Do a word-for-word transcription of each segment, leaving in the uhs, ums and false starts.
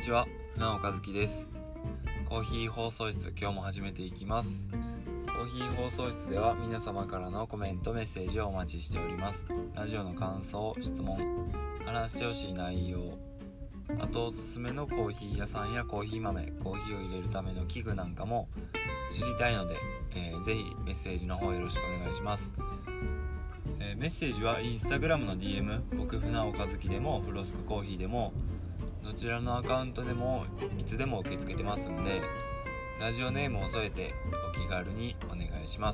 ちは、船尾和樹です。コーヒー放送室、今日も始めていきます。コーヒー放送室では皆様からのコメント、メッセージをお待ちしております。ラジオの感想、質問、話してほしい内容、あとおすすめのコーヒー屋さんやコーヒー豆、コーヒーを入れるための器具なんかも知りたいので、えー、ぜひメッセージの方よろしくお願いします。えー、メッセージはインスタグラムの ディーエム、僕船尾和樹でもフロスクコーヒーでもどちらのアカウントでもいつでも受け付けてますんで、ラジオネームを添えてお気軽にお願いします。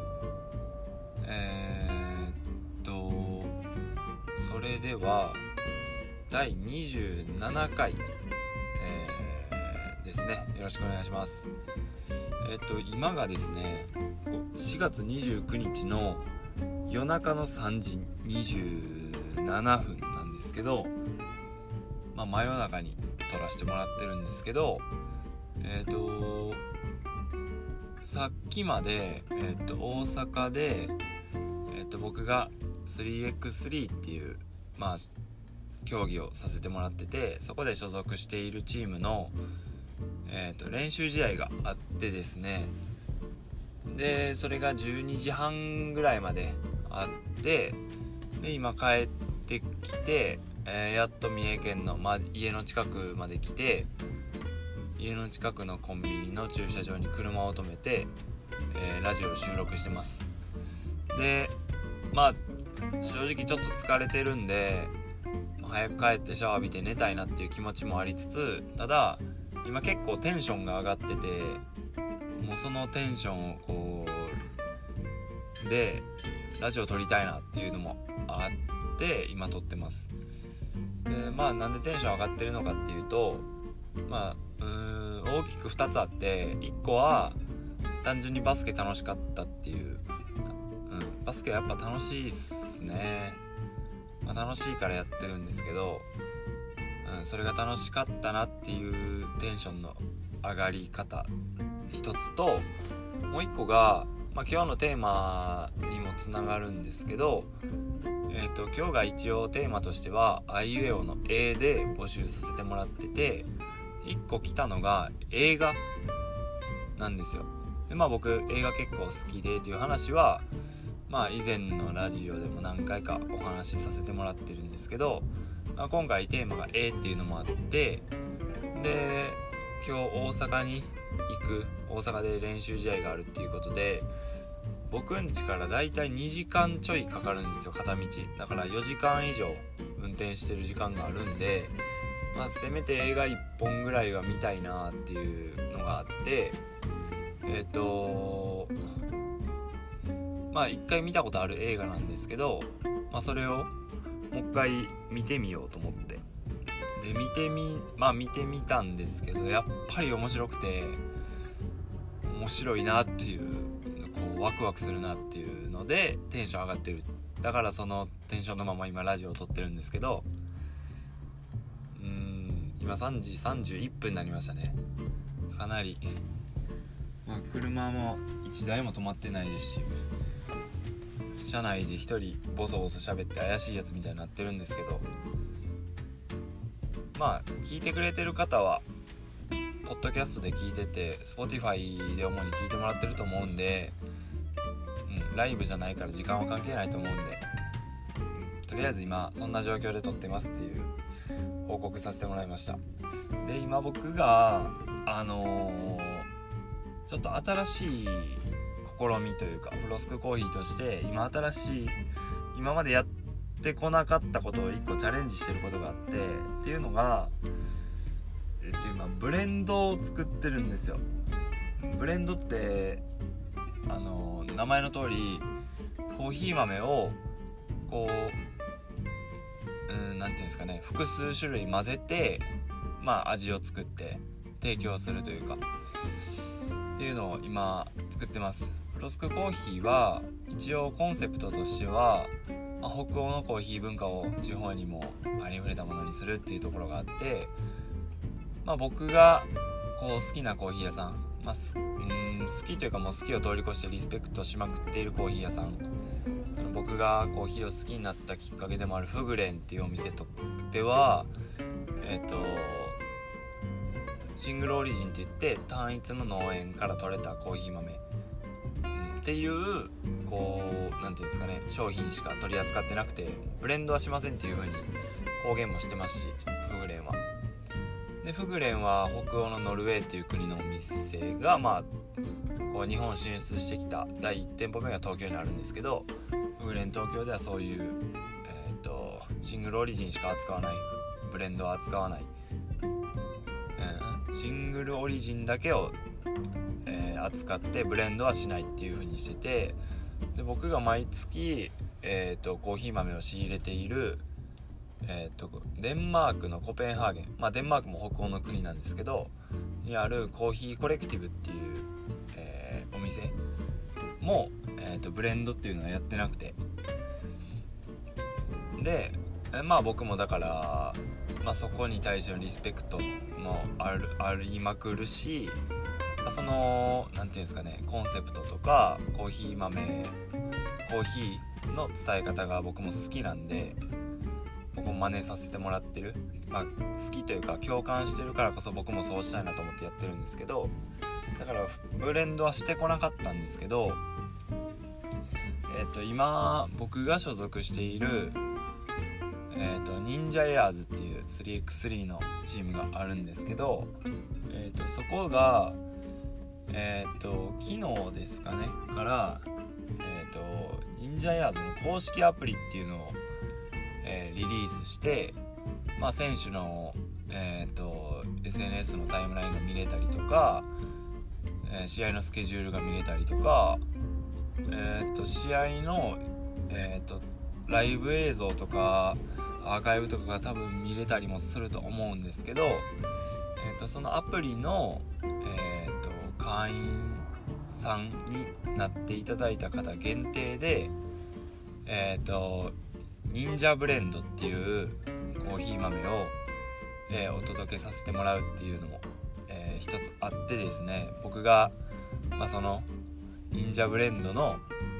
えー、っとそれではだいにじゅうななかい、えー、ですね。よろしくお願いします。えー、っと今がですねしがつにじゅうくにちの夜中のさんじにじゅうななふんなんですけど、まあ、真夜中に撮らせてもらってるんですけど、えっとさっきまで、えっと大阪で、えっと僕が スリーエックススリー っていう、まあ、競技をさせてもらってて、そこで所属しているチームの、えっと練習試合があってですね、でそれがじゅうにじはんぐらいまであって、で今帰ってきて、えー、やっと三重県の、まあ、家の近くまで来て、家の近くのコンビニの駐車場に車を止めて、えー、ラジオを収録してます。でまあ正直ちょっと疲れてるんで早く帰ってシャワー浴びて寝たいなっていう気持ちもありつつ、ただ今結構テンションが上がってて、もうそのテンションをこうでラジオ撮りたいなっていうのもあって今撮ってます。でまあなんでテンション上がってるのかっていうと、まあうーん大きくふたつあって、いっこは単純にバスケ楽しかったっていう、うん、バスケはやっぱ楽しいっすね。まあ、楽しいからやってるんですけど、うん、それが楽しかったなっていうテンションの上がり方一つと、もう一個が、まあ、今日のテーマにもつながるんですけど、えーと、今日が一応テーマとしてはあいうえおの A で募集させてもらってて、いっこ来たのが映画なんですよ。でまあ僕映画結構好きでという話は、まあ以前のラジオでも何回かお話しさせてもらってるんですけど、まあ、今回テーマが A っていうのもあって、で今日大阪に行く、大阪で練習試合があるっていうことで、僕ん家からだいたいにじかんちょいかかるんですよ、片道。だからよじかん以上運転してる時間があるんで、まあ、せめて映画いっぽんぐらいは見たいなっていうのがあって、えっとまあ一回見たことある映画なんですけど、まあ、それをもう一回見てみようと思って、で見てみまあ見てみたんですけど、やっぱり面白くて面白いなっていう、こうワクワクするなっていうのでテンション上がってる。だからそのテンションのまま今ラジオを撮ってるんですけど、うーん今さんじさんじゅういっぷんになりましたね。かなり、まあ、車もいちだいも止まってないですし、車内で一人ボソボソ喋って怪しいやつみたいになってるんですけど、まあ聞いてくれてる方はポッドキャストで聞いてて Spotify で主に聞いてもらってると思うんで、うん、ライブじゃないから時間は関係ないと思うんで、うん、とりあえず今そんな状況で撮ってますっていう報告させてもらいました。で今僕があのー、ちょっと新しい試みというか、フロスクコーヒーとして今新しい今までやってこなかったことをいっこチャレンジしてることがあって、っていうのが、えっと、今ブレンドを作ってるんですよ。ブレンドってあの名前の通りコーヒー豆をこう、うん、なんていうんですかね、複数種類混ぜて、まあ味を作って提供するというかっていうのを今作ってます。フロスクコーヒーは一応コンセプトとしては、まあ、北欧のコーヒー文化を地方にもありふれたものにするっていうところがあって、まあ、僕がこう好きなコーヒー屋さん、まあ、すうーん好きというかもう好きを通り越してリスペクトしまくっているコーヒー屋さん、あの僕がコーヒーを好きになったきっかけでもあるフグレンっていうお店とでは、えっとシングルオリジンって言って単一の農園から取れたコーヒー豆、うん、っていうこうなんていうんですかね、商品しか取り扱ってなくて、ブレンドはしませんっていう風に公言もしてますし、フグレンはでフグレンは北欧のノルウェーっていう国のお店がまあこう日本進出してきただいいち店舗目が東京にあるんですけど、フグレン東京ではそういう、えー、とシングルオリジンしか扱わない、ブレンドは扱わない、うん、シングルオリジンだけを、えー、扱ってブレンドはしないっていう風にしてて、で僕が毎月、えー、とコーヒー豆を仕入れている、えー、とデンマークのコペンハーゲン、まあ、デンマークも北欧の国なんですけどにあるコーヒーコレクティブっていう、えー、お店も、えー、とブレンドっていうのはやってなくて、で、えまあ僕もだから、まあ、そこに対してのリスペクトもあるありまくるし、そのなんていうんですかね、コンセプトとかコーヒー豆コーヒーの伝え方が僕も好きなんで、僕も真似させてもらってる、まあ好きというか共感してるからこそ僕もそうしたいなと思ってやってるんですけど、だからブレンドはしてこなかったんですけど、えっと今僕が所属しているえっと忍者エアーズっていう スリーエックススリー のチームがあるんですけど、えっとそこがえっと昨日ですかねからえっと忍者エアーズの公式アプリっていうのを、えー、リリースして、まあ選手のえっと エスエヌエス のタイムラインが見れたりとか、えー、試合のスケジュールが見れたりとか、えー、と試合の、えー、とライブ映像とかアーカイブとかが多分見れたりもすると思うんですけど、えー、とそのアプリの、えー、と会員さんになっていただいた方限定で、えー、と忍者ブレンドっていうコーヒー豆を、えー、お届けさせてもらうっていうのも、えー、一つあってですね、僕が、まあ、その忍者ブレンドの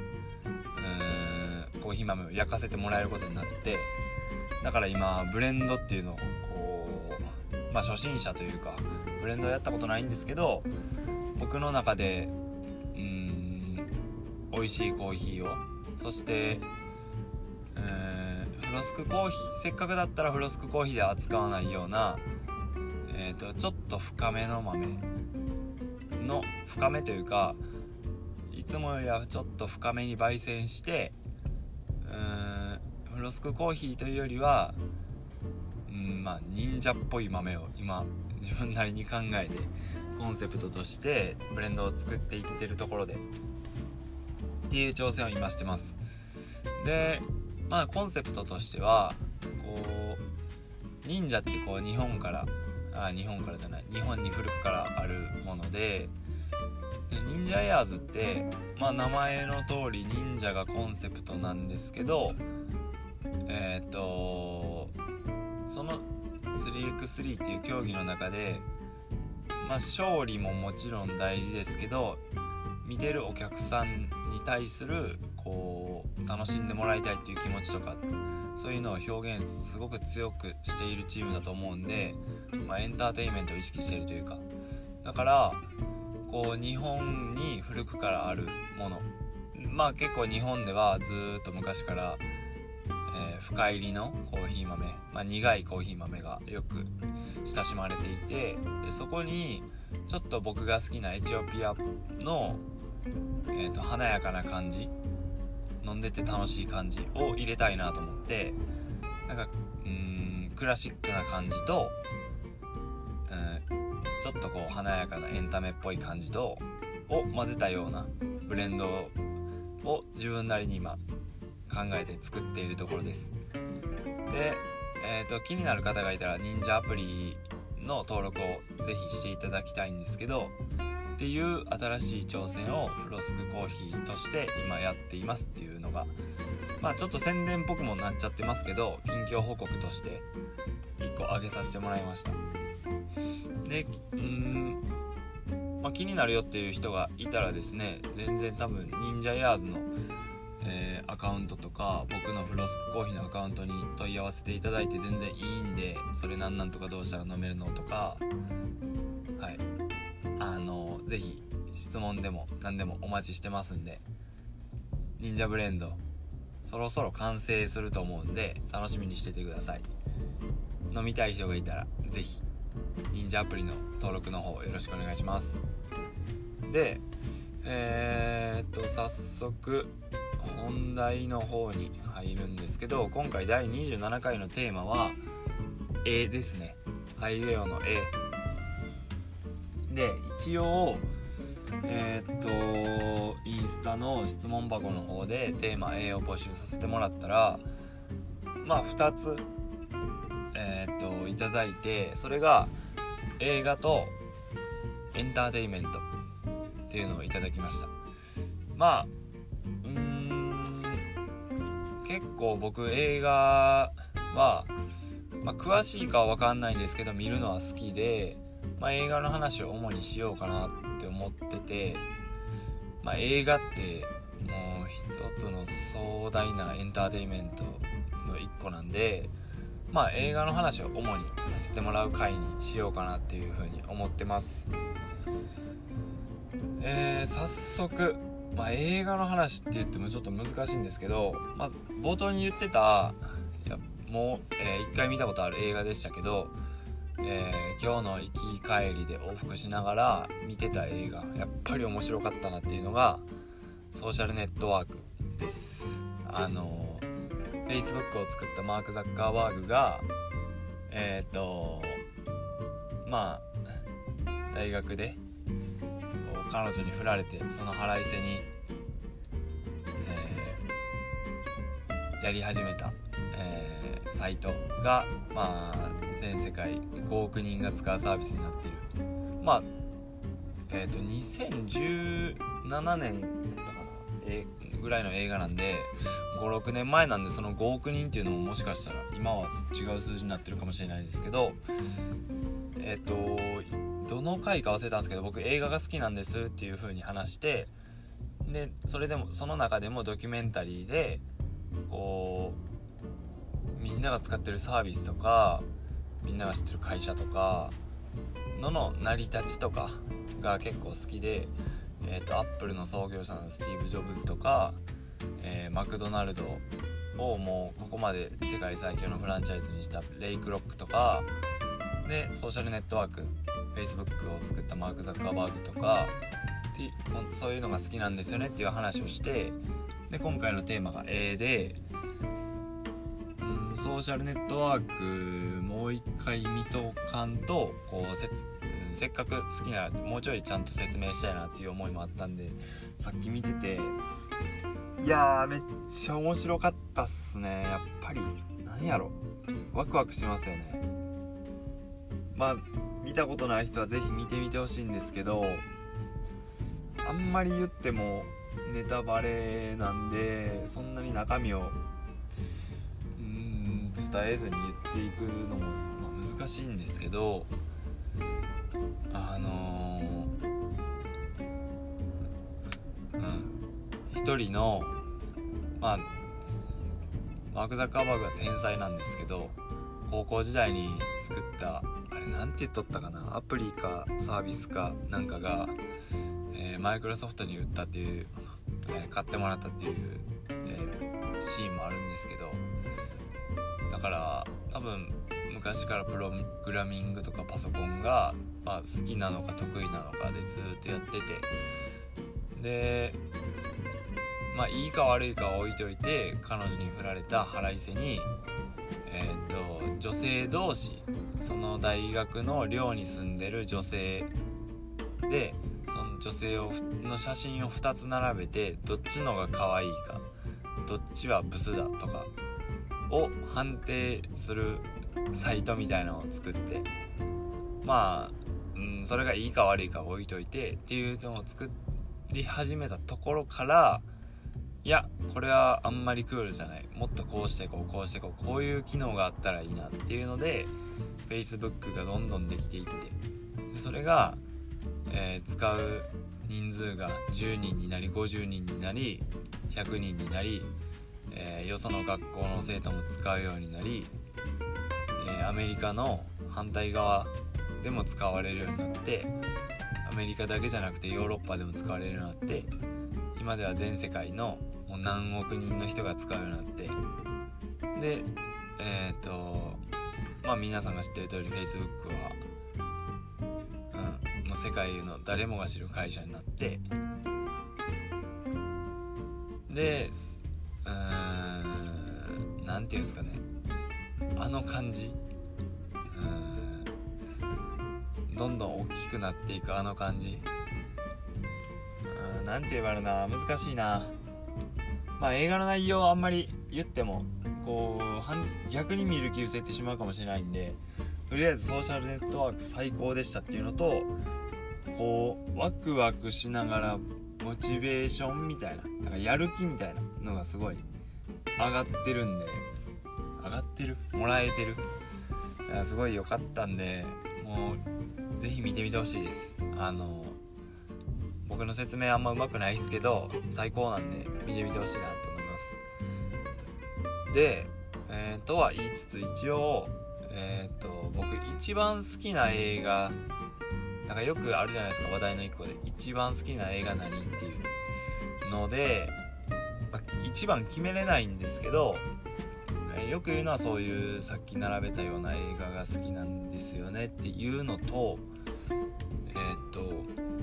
うーんコーヒー豆を焼かせてもらえることになって、だから今ブレンドっていうのをこう、まあ、初心者というかブレンドやったことないんですけど、僕の中でうーん美味しいコーヒーを、そしてうーんフロスクコーヒー、せっかくだったらフロスクコーヒーで扱わないような、えーと、ちょっと深めの豆の深めというか、いつもよりはちょっと深めに焙煎して、うーんフロスクコーヒーというよりはうーんまあ忍者っぽい豆を今自分なりに考えてコンセプトとしてブレンドを作っていってるところでっていう挑戦を今してます。でまあコンセプトとしてはこう忍者ってこう日本からあ日本からじゃない日本に古くからあるもので、で忍者エアーズって、まあ、名前の通り忍者がコンセプトなんですけど、えっとその スリーエックススリー っていう競技の中で、まあ、勝利ももちろん大事ですけど、見てるお客さんに対するこう楽しんでもらいたいっていう気持ちとか、そういうのを表現すごく強くしているチームだと思うんで、まあ、エンターテインメントを意識しているというか、だからこう日本に古くからあるもの、まあ結構日本ではずっと昔から、えー、深入りのコーヒー豆、まあ、苦いコーヒー豆がよく親しまれていて、でそこにちょっと僕が好きなエチオピアの、えー、と華やかな感じ、飲んでて楽しい感じを入れたいなと思って、なんかうーんクラシックな感じと、うんちょっとこう華やかなエンタメっぽい感じとを混ぜたようなブレンドを自分なりに今考えて作っているところです。で、えーと、気になる方がいたら忍者アプリの登録をぜひしていただきたいんですけど、っていう新しい挑戦をフロスクコーヒーとして今やっていますっていうのが、まあちょっと宣伝っぽくもなっちゃってますけど、近況報告としていっこ上げさせてもらいました。でうーん、まあ、気になるよっていう人がいたらですね、全然多分忍者エアーズの、えー、アカウントとか僕のフロスクコーヒーのアカウントに問い合わせていただいて全然いいんで、それなんなんとかどうしたら飲めるのとか、 あのぜひ質問でも何でもお待ちしてますんで、忍者ブレンドそろそろ完成すると思うんで楽しみにしててください。飲みたい人がいたらぜひ忍者アプリの登録の方よろしくお願いします。でえー、っと早速本題の方に入るんですけど、今回だいにじゅうななかいのテーマは絵ですね。あいうえおの絵で、一応えー、っとインスタの質問箱の方でテーマ絵を募集させてもらったら、まあふたつえー、っといただいて、それが映画とエンターテインメントっていうのをいただきました。まあうーん結構僕映画は、まあ、詳しいかは分かんないんですけど見るのは好きで、まあ、映画の話を主にしようかなって思ってて、まあ、映画ってもう一つの壮大なエンターテインメントの一個なんで、まあ映画の話を主にさせてもらう回にしようかなっていうふうに思ってます。えー、早速、まあ、映画の話って言ってもちょっと難しいんですけど、まず冒頭に言ってたいやもう、えー、一回見たことある映画でしたけど、えー、今日の行き帰りで往復しながら見てた映画、やっぱり面白かったなっていうのがソーシャルネットワークです。あの Facebook を作ったマーク・ザッカーバーグがえっ、ー、とまあ大学で彼女に振られて、その腹いせに、えー、やり始めた、えー、サイトが、まあ、全世界ごおくにんが使うサービスになっている。まあえー、とにせんじゅうななねんだったかな、えー、ぐらいの映画なんでごろくねんまえなんで、そのごおくにんっていうのももしかしたら今は違う数字になってるかもしれないですけど、えっ、ー、とどの回か忘れたんですけど、僕映画が好きなんですっていう風に話して、でそれでもその中でもドキュメンタリーでこうみんなが使ってるサービスとかみんなが知ってる会社とかのの成り立ちとかが結構好きで、えーと、アップルの創業者のスティーブ・ジョブズとか、えー、マクドナルドをもうここまで世界最強のフランチャイズにしたレイクロックとかで、ソーシャルネットワークFacebook を作ったマーク・ザッカーバーグとかってそういうのが好きなんですよねっていう話をして、で今回のテーマが A で、うん、ソーシャルネットワークもう一回見とかんとこう せ, せっかく好きならもうちょいちゃんと説明したいなっていう思いもあったんで、さっき見てていやーめっちゃ面白かったっすね。やっぱりなんやろワクワクしますよね。まあ見たことない人はぜひ見てみてほしいんですけど、あんまり言ってもネタバレなんでそんなに中身をうーん伝えずに言っていくのも、まあ、難しいんですけど、あのー、うん一人のまあマーク・ザッカーバーグは天才なんですけど、高校時代に作ったあれなんて言っとったかな、アプリかサービスかなんかが、えー、マイクロソフトに売ったっていう、えー、買ってもらったっていう、えー、シーンもあるんですけど、だから多分昔からプログラミングとかパソコンが、まあ、好きなのか得意なのかでずっとやってて、でまあいいか悪いかは置いといて、彼女に振られた腹いせにえー、と女性同士、その大学の寮に住んでる女性で、その女性をの写真をふたつ並べてどっちのが可愛いか、どっちはブスだとかを判定するサイトみたいなのを作って、まあ、うん、それがいいか悪いか置いといてっていうのを作り始めたところから、いやこれはあんまりクールじゃない、もっとこうしていこうこうしていこう、こういう機能があったらいいなっていうので Facebook がどんどんできていって、でそれが、えー、使う人数がじゅうにんになりごじゅうにんになりひゃくにんになり、えー、よその学校の生徒も使うようになり、えー、アメリカの反対側でも使われるようになって、 メリカだけじゃなくてヨーロッパでも使われるようになって、今では全世界のもう何億人の人が使うようになって、でえっ、ー、とまあ皆さんが知ってる通り Facebook は、うん、もう世界の誰もが知る会社になって、でうーんなんていうんですかね、あの感じ、うーんどんどん大きくなっていくあの感じ、うーんなんて言えばいいのな、難しいな。まあ映画の内容はあんまり言ってもこう逆に見る気失せてしまうかもしれないんで、とりあえずソーシャルネットワーク最高でしたっていうのと、こうワクワクしながらモチベーションみたいな、なんかやる気みたいなのがすごい上がってるんで、上がってるもらえてる、だからすごい良かったんで、もうぜひ見てみてほしいです。あの僕の説明あんま上手くないですけど最高なんで見てみてほしいなと思います。で、えー、とは言いつつ一応、えー、と僕一番好きな映画、なんかよくあるじゃないですか、話題の一個で一番好きな映画何っていうので、まあ、一番決めれないんですけど、えー、よく言うのはそういうさっき並べたような映画が好きなんですよねっていうのと、えっ、と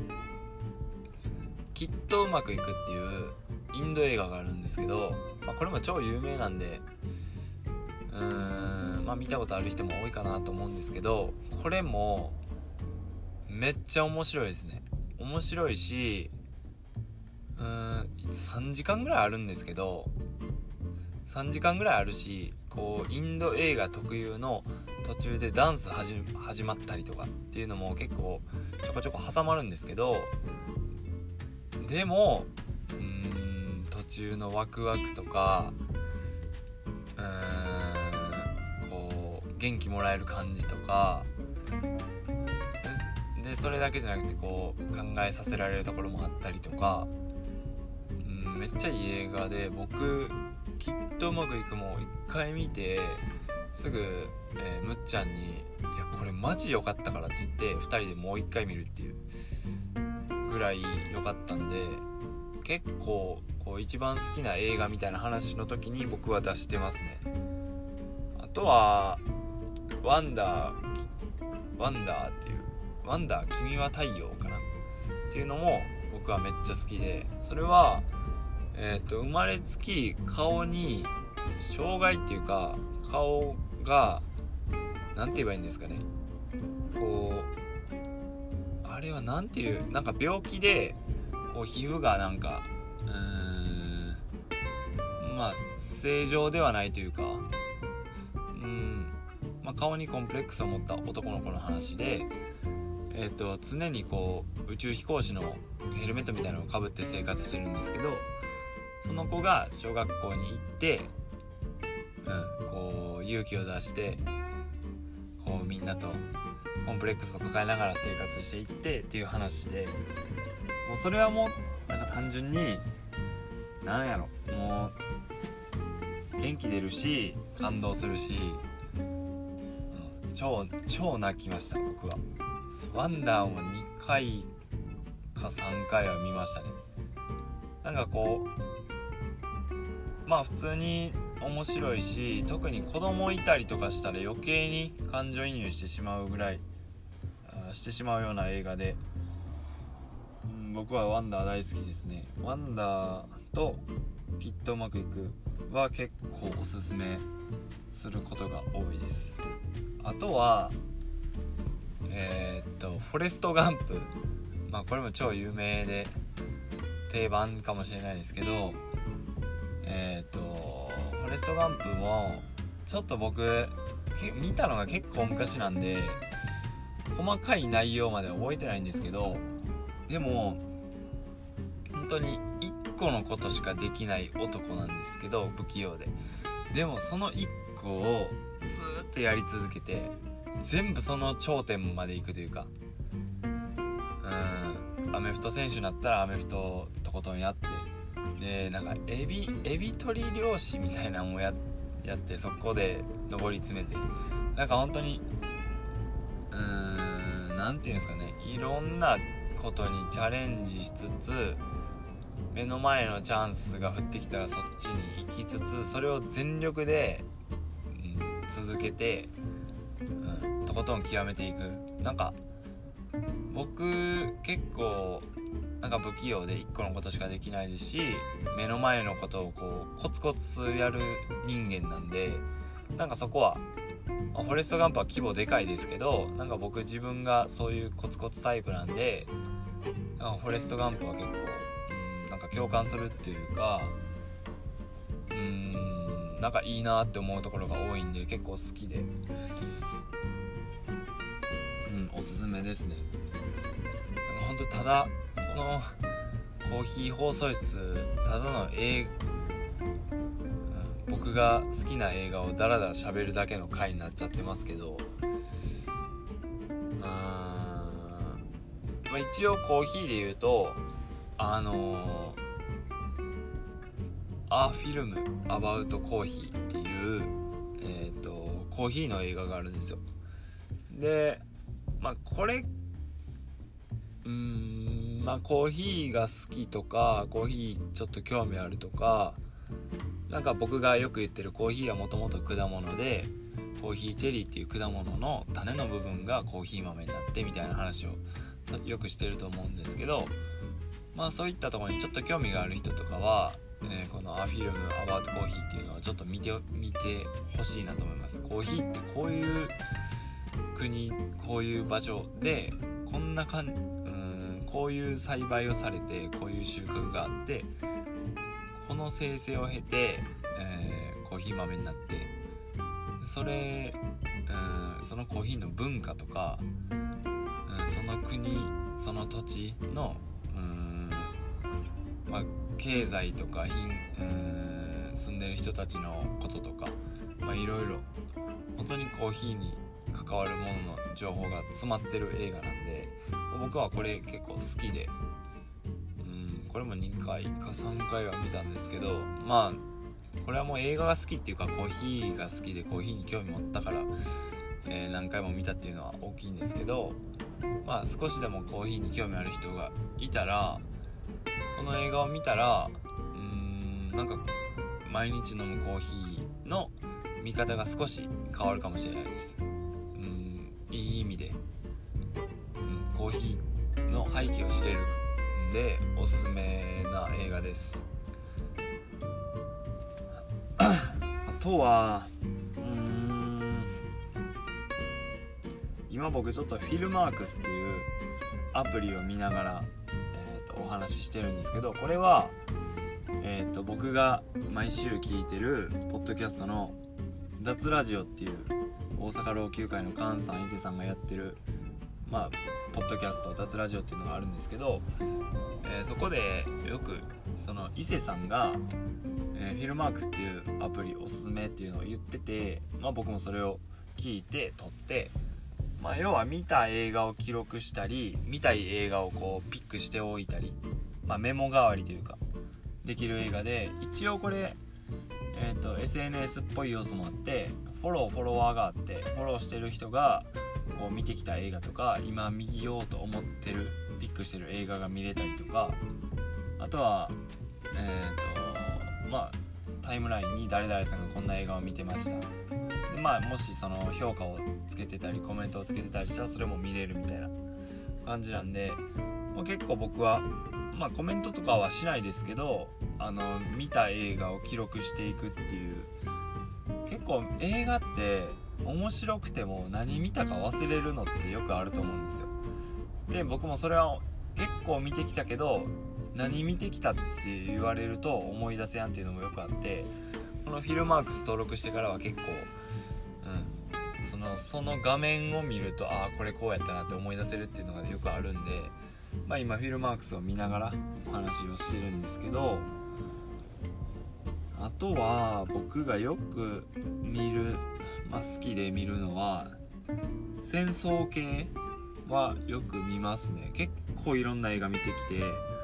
きっとうまくいくっていうインド映画があるんですけど、まあ、これも超有名なんでうーん、まあ、見たことある人も多いかなと思うんですけど、これもめっちゃ面白いですね。面白いし、うーんさんじかんぐらいあるんですけど、さんじかんぐらいあるし、こうインド映画特有の途中でダンス始始まったりとかっていうのも結構ちょこちょこ挟まるんですけど、でもうーん途中のワクワクとか、うーんこう元気もらえる感じとかで、でそれだけじゃなくてこう考えさせられるところもあったりとか、うんめっちゃいい映画で、僕きっとうまくいくも一回見てすぐ、えー、むっちゃんにいやこれマジ良かったからって言ってふたりでもう一回見るっていうぐらい良かったんで、結構こう一番好きな映画みたいな話の時に僕は出してますね。あとはワンダーワンダーっていうワンダー君は太陽かなっていうのも僕はめっちゃ好きで、それはえっと生まれつき顔に障害っていうか、顔がなんて言えばいいんですかね、こうあれはなんていうなんか病気でこう皮膚がなんかうーんまあ正常ではないというか、うん、まあ、顔にコンプレックスを持った男の子の話で、えっと常にこう宇宙飛行士のヘルメットみたいなのをかぶって生活してるんですけど、その子が小学校に行って、うん、こう勇気を出してこうみんなとコンプレックスを抱えながら生活していってっていう話で、もうそれはもうなんか単純になんやろ、もう元気出るし感動するし、うん、超超泣きました僕は。ワンダーもにかいかさんかいは見ましたね。なんかこうまあ普通に面白いし、特に子供いたりとかしたら余計に感情移入してしまうぐらいしてしまうような映画で、うん、僕はワンダー大好きですね。ワンダーときっとうまくいくは結構おすすめすることが多いです。あとはえー、っとフォレストガンプ、まあこれも超有名で定番かもしれないですけど、えー、っとフォレストガンプもちょっと僕見たのが結構昔なんで細かい内容まで覚えてないんですけど、でも本当にいっこのことしかできない男なんですけど、不器用で、でもそのいっこをずーっとやり続けて全部その頂点まで行くというか、うん、アメフト選手になったらアメフトとことんやって、でなんかエビエビ取り漁師みたいなのも や, やってそこで上り詰めて、なんか本当にうーんなんていうんですかね、いろんなことにチャレンジしつつ、目の前のチャンスが降ってきたらそっちに行きつつ、それを全力で、うん、続けて、うん、とことん極めていく。なんか僕結構なんか不器用で一個のことしかできないですし、目の前のことをこうコツコツやる人間なんで、なんかそこは、まあ、フォレストガンプは規模でかいですけど、なんか僕自分がそういうコツコツタイプなんで、なんかフォレストガンプは結構、うん、なんか共感するっていうか、うーん、なんかいいなって思うところが多いんで結構好きで、うん、おすすめですね。なんかほんとただこのコーヒー放送室、ただの映画、うん、僕が好きな映画をダラダラ喋るだけの回になっちゃってますけど、うーん、まあ、一応コーヒーで言うとあのー、アフィルムアバウトコーヒーっていう、えーと、コーヒーの映画があるんですよ。で、まあこれうーんまあコーヒーが好きとか、コーヒーちょっと興味あるとか、なんか僕がよく言ってるコーヒーはもともと果物で、コーヒーチェリーっていう果物の種の部分がコーヒー豆になってみたいな話をよくしてると思うんですけど、まあそういったところにちょっと興味がある人とかは、ね、このアフィルムアバウトコーヒーっていうのをちょっと見て見てほしいなと思います。コーヒーってこういう国、こういう場所でこんなかん、うーんこういう栽培をされて、こういう収穫があって、この生成を経て、えー、コーヒー豆になって、それ、うん、そのコーヒーの文化とか、うん、その国、その土地の、うん、まあ、経済とか貧、うん、住んでる人たちのこととか、まあ、いろいろ本当にコーヒーに関わるものの情報が詰まってる映画なんで、僕はこれ結構好きで、うん、これもにかいかさんかいは見たんですけど、まあこれはもう映画が好きっていうか、コーヒーが好きでコーヒーに興味持ったから、えー、何回も見たっていうのは大きいんですけど、まあ少しでもコーヒーに興味ある人がいたら、この映画を見たら、うーんなんか毎日飲むコーヒーの見方が少し変わるかもしれないです。うん、いい意味で、うん、コーヒーの背景を知れるんでおすすめな映画です。あとはうーん今僕ちょっとフィルマークスっていうアプリを見ながら、えー、とお話ししてるんですけど、これは、えー、と僕が毎週聞いてるポッドキャストの脱ラジオっていう大阪老朽会の菅さん伊勢さんがやってる、まあポッドキャスト脱ラジオっていうのがあるんですけど、えー、そこでよくその伊勢さんが、えー、フィルマークスっていうアプリおすすめっていうのを言ってて、まあ僕もそれを聞いて撮って、まあ要は見た映画を記録したり、見たい映画をこうピックしておいたり、まあメモ代わりというかできる映画で、一応これえーと、エスエヌエス っぽい要素もあって、フォローフォロワーがあって、フォローしてる人がこう見てきた映画とか、今見ようと思ってるピックしてる映画が見れたりとか、あとはえーとまあタイムラインに誰々さんがこんな映画を見てました、で、まあもしその評価をつけてたりコメントをつけてたりしたらそれも見れるみたいな感じなんで、もう結構僕はまあコメントとかはしないですけど、あの見た映画を記録していくっていう、結構映画って面白くても何見たか忘れるのってよくあると思うんですよ。で僕もそれは結構見てきたけど、何見てきたって言われると思い出せやんっていうのもよくあって、このフィルマークス登録してからは結構、うん、そのその画面を見ると、ああこれこうやったなって思い出せるっていうのがよくあるんで、まあ今フィルマークスを見ながらお話をしてるんですけど、あとは僕がよく見る、まあ、好きで見るのは戦争系はよく見ますね。結構いろんな映画見てきて、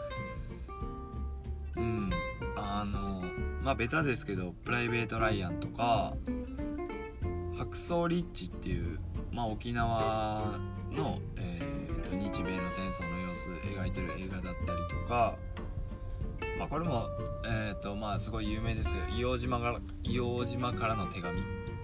うんあのまあベタですけどプライベート・ライアンとかハクソーリッチっていう、まあ、沖縄の、えー、 と日米の戦争の様子描いてる映画だったりとか、まあ、これも、えーとまあ、すごい有名ですけど硫黄島から、硫黄島からの手紙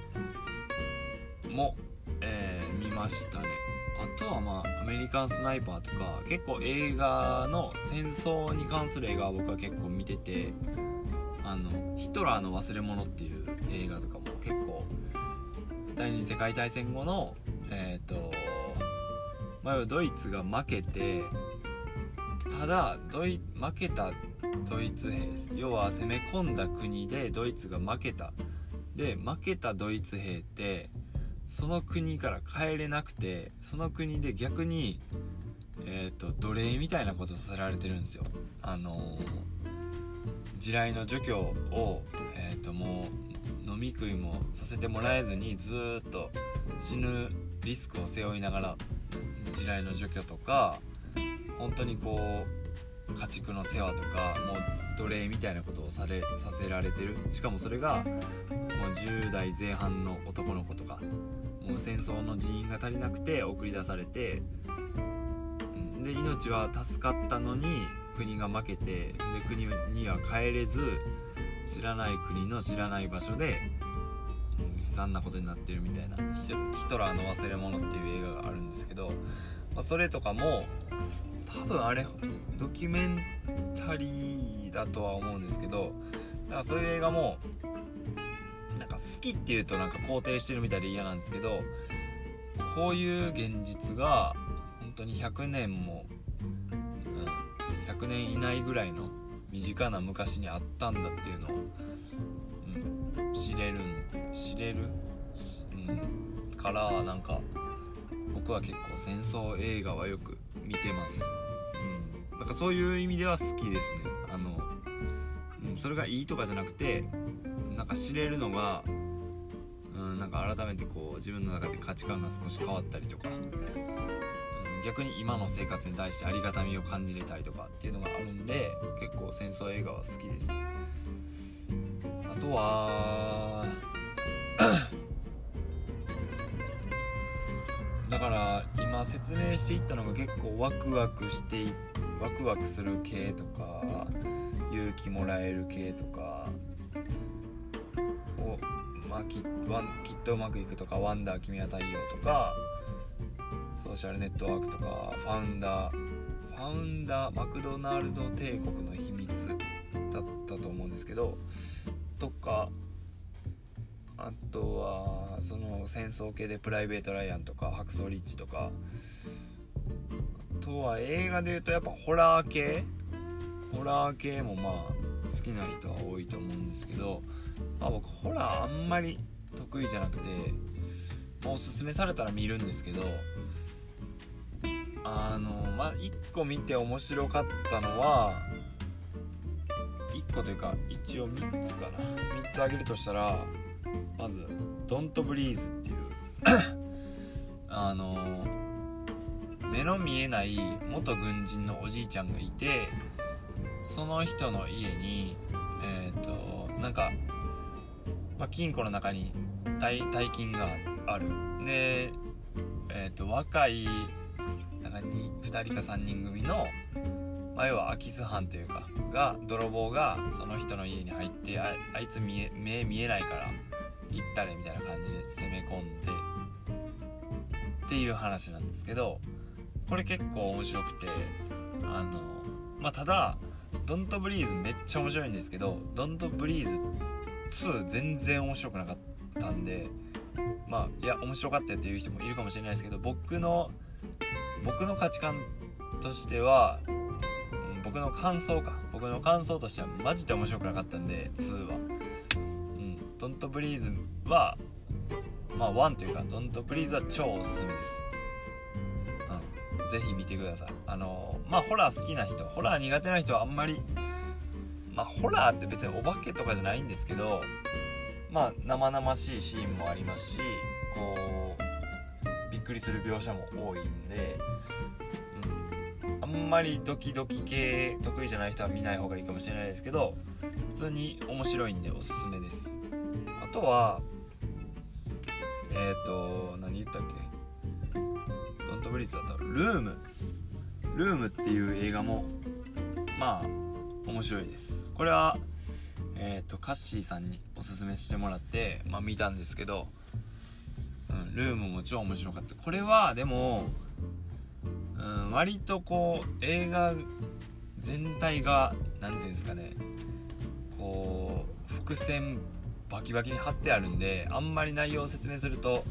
も、えー、見ましたね。あとはまあアメリカンスナイパーとか結構映画の戦争に関する映画は僕は結構見てて、あのヒトラーの忘れ物っていう映画とかも結構第二次世界大戦後のえっ、ー、とまあドイツが負けて、ただドイ負けたドイツ兵です。要は攻め込んだ国でドイツが負けた。で負けたドイツ兵ってその国から帰れなくて、その国で逆にえっ、ー、と奴隷みたいなことさせられてるんですよ。あのー、地雷の除去をえっ、ー、ともう飲み食いもさせてもらえずにずーっと死ぬリスクを背負いながら地雷の除去とか本当にこう家畜の世話とかもう奴隷みたいなことをされさせられてる。しかもそれがもうじゅう代前半の男の子とか、もう戦争の人員が足りなくて送り出されて、で命は助かったのに国が負けて、で国には帰れず知らない国の知らない場所で悲惨なことになってるみたいなヒトラーの忘れ物っていう映画があるんですけど、まあ、それとかも多分あれドキュメンタリーだとは思うんですけど、だからそういう映画もなんか好きっていうとなんか肯定してるみたいで嫌なんですけど、こういう現実が本当にひゃくねんも、うん、ひゃくねん以内ぐらいの身近な昔にあったんだっていうのを、うん、知れる知れる、うん、からなんか僕は結構戦争映画はよく見てます。うん、なんかそういう意味では好きですね。あの、うん、それがいいとかじゃなくて、なんか知れるのが、うん、なんか改めてこう自分の中で価値観が少し変わったりとか、うん、逆に今の生活に対してありがたみを感じれたりとかっていうのがあるんで、結構戦争映画は好きです。あとはだから今説明していったのが結構ワクワクしていワクワクする系とか勇気もらえる系とかを、まあ、き, ワンきっとうまくいくとかワンダー君は太陽とかソーシャルネットワークとかファウンダーファウンダーマクドナルド帝国の秘密だったと思うんですけどとか、あとはその戦争系でプライベートライアンとかハクソーリッチとか、あとは映画でいうとやっぱホラー系ホラー系もまあ好きな人は多いと思うんですけど、まあ、僕ホラーあんまり得意じゃなくて、まあ、おすすめされたら見るんですけど、あのまあいっこ見て面白かったのはいっこというか一応みっつかなみっつ挙げるとしたら、まずドントブリーズっていうあの目の見えない元軍人のおじいちゃんがいて、その人の家にえっとなんか、まあ、金庫の中に 大, 大金がある。でえっと若いなんかにふたりかさんにん組の、まあ、要は空き巣犯というかが泥棒がその人の家に入って、 あ, あいつ見え目見えないから行ったれみたいな感じで攻め込んでっていう話なんですけど、これ結構面白くて、あのまあただドントブリーズめっちゃ面白いんですけど、ドントブリーズツー全然面白くなかったんで、まあいや面白かったよっていう人もいるかもしれないですけど、僕の僕の価値観としては、うん、僕の感想か僕の感想としてはマジで面白くなかったんでツーは、うん、ドントブリーズはまあワンというかドントブリーズは超おすすめです。うん、ぜひ見てください。あのまあホラー好きな人、ホラー苦手な人はあんまり、まあホラーって別にお化けとかじゃないんですけど、まあ生々しいシーンもありますし、こうびっくりする描写も多いんで、うん、あんまりドキドキ系得意じゃない人は見ない方がいいかもしれないですけど、普通に面白いんでおすすめです。あとはえっ、ー、と何言ったっけ、ドントブリーズだったらルームルームっていう映画もまあ面白いです。これはえーとカッシーさんにおすすめしてもらって、まあ、見たんですけど、うん、ルームも超面白かった。これはでも、うん、割とこう映画全体がなんていうんですかね、こう伏線バキバキに貼ってあるんで、あんまり内容を説明すると、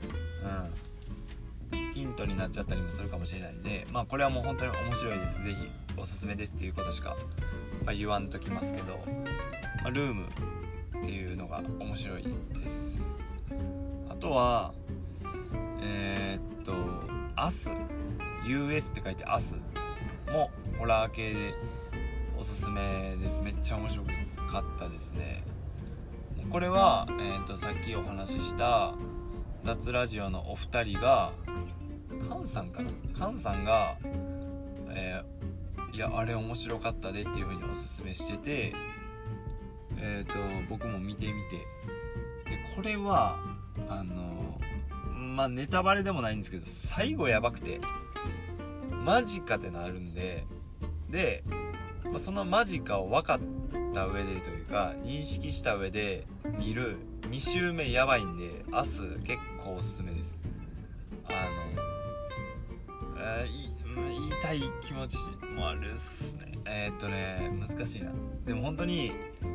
うん、ヒントになっちゃったりもするかもしれないんで、まあこれはもう本当に面白いです。ぜひおすすめですっていうことしか、まあ、言わんときますけど、まあ、ルームっていうのが面白いです。あとはえー、っとアス ユーエス って書いてアスもホラー系でおすすめです。めっちゃ面白かったですね。これは、えー、とさっきお話しした脱ラジオのお二人がカンさんかなカンさんが、えー、いやあれ面白かったでっていう風におすすめしてて、えー、と僕も見てみて、でこれはあのまあネタバレでもないんですけど、最後やばくてマジかってなるんで、でそのマジかを分かった上でというか認識した上で見るに周目やばいんで、明日結構おすすめです。あの、えー、言いたい気持ちもあるっすね。えー、っとね難しいな。でも本当に、うん、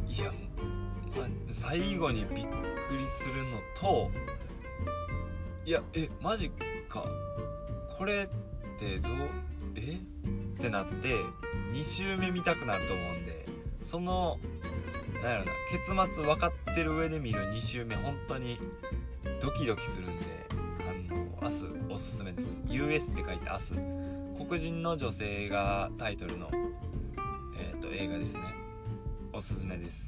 いや、ま、最後にびっくりするのと、いやえマジかこれってどうえってなってに周目見たくなると思うんで、そのなんやろな、結末分かってる上で見るに周目本当にドキドキするんで、あの明日おすすめです。 ユーエス って書いて明日、黒人の女性がタイトルの、えー、と映画ですね。おすすめです。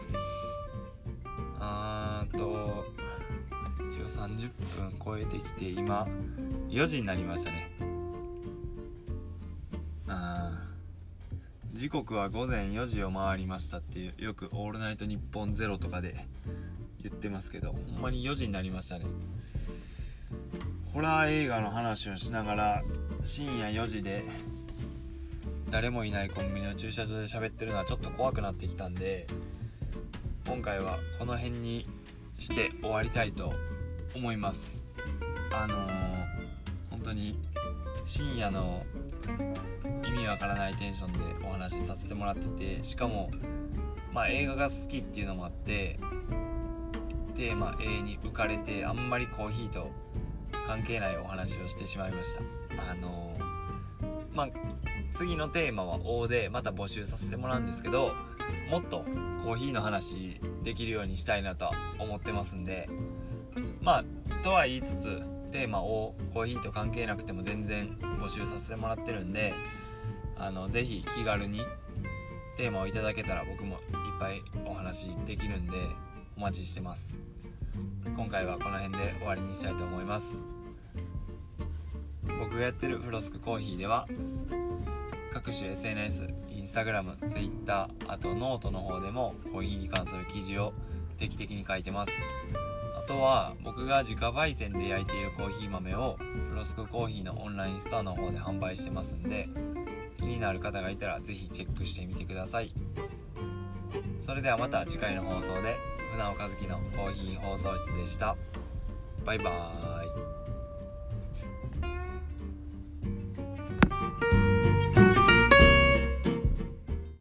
あーと一応さんじゅっぷん超えてきて今よじになりましたね。あ時刻はごぜんよじを回りましたっていう、よくオールナイトニッポンゼロとかで言ってますけど、ほんまによじになりましたね。ホラー映画の話をしながら深夜よじで誰もいないコンビニの駐車場で喋ってるのはちょっと怖くなってきたんで、今回はこの辺にして終わりたいと思います。あのー、本当に深夜の意味わからないテンションでお話しさせてもらってて、しかもまあ映画が好きっていうのもあってテーマ A に浮かれて、あんまりコーヒーと関係ないお話をしてしまいました。あのー、まあ次のテーマは O でまた募集させてもらうんですけど、もっとコーヒーの話できるようにしたいなと思ってますんで、まあとは言いつつテーマをコーヒーと関係なくても全然募集させてもらってるんで、あのぜひ気軽にテーマをいただけたら僕もいっぱいお話できるんでお待ちしてます。今回はこの辺で終わりにしたいと思います。僕がやってるフロスクコーヒーでは各種 エスエヌエス、インスタグラム、ツイッター、あとノートの方でもコーヒーに関する記事を定期的に書いてます。あとは僕が自家焙煎で焼いているコーヒー豆をフロスクコーヒーのオンラインストアの方で販売してますんで、気になる方がいたらぜひチェックしてみてください。それではまた次回の放送で、船尾和樹のコーヒー放送室でした。バイバーイ。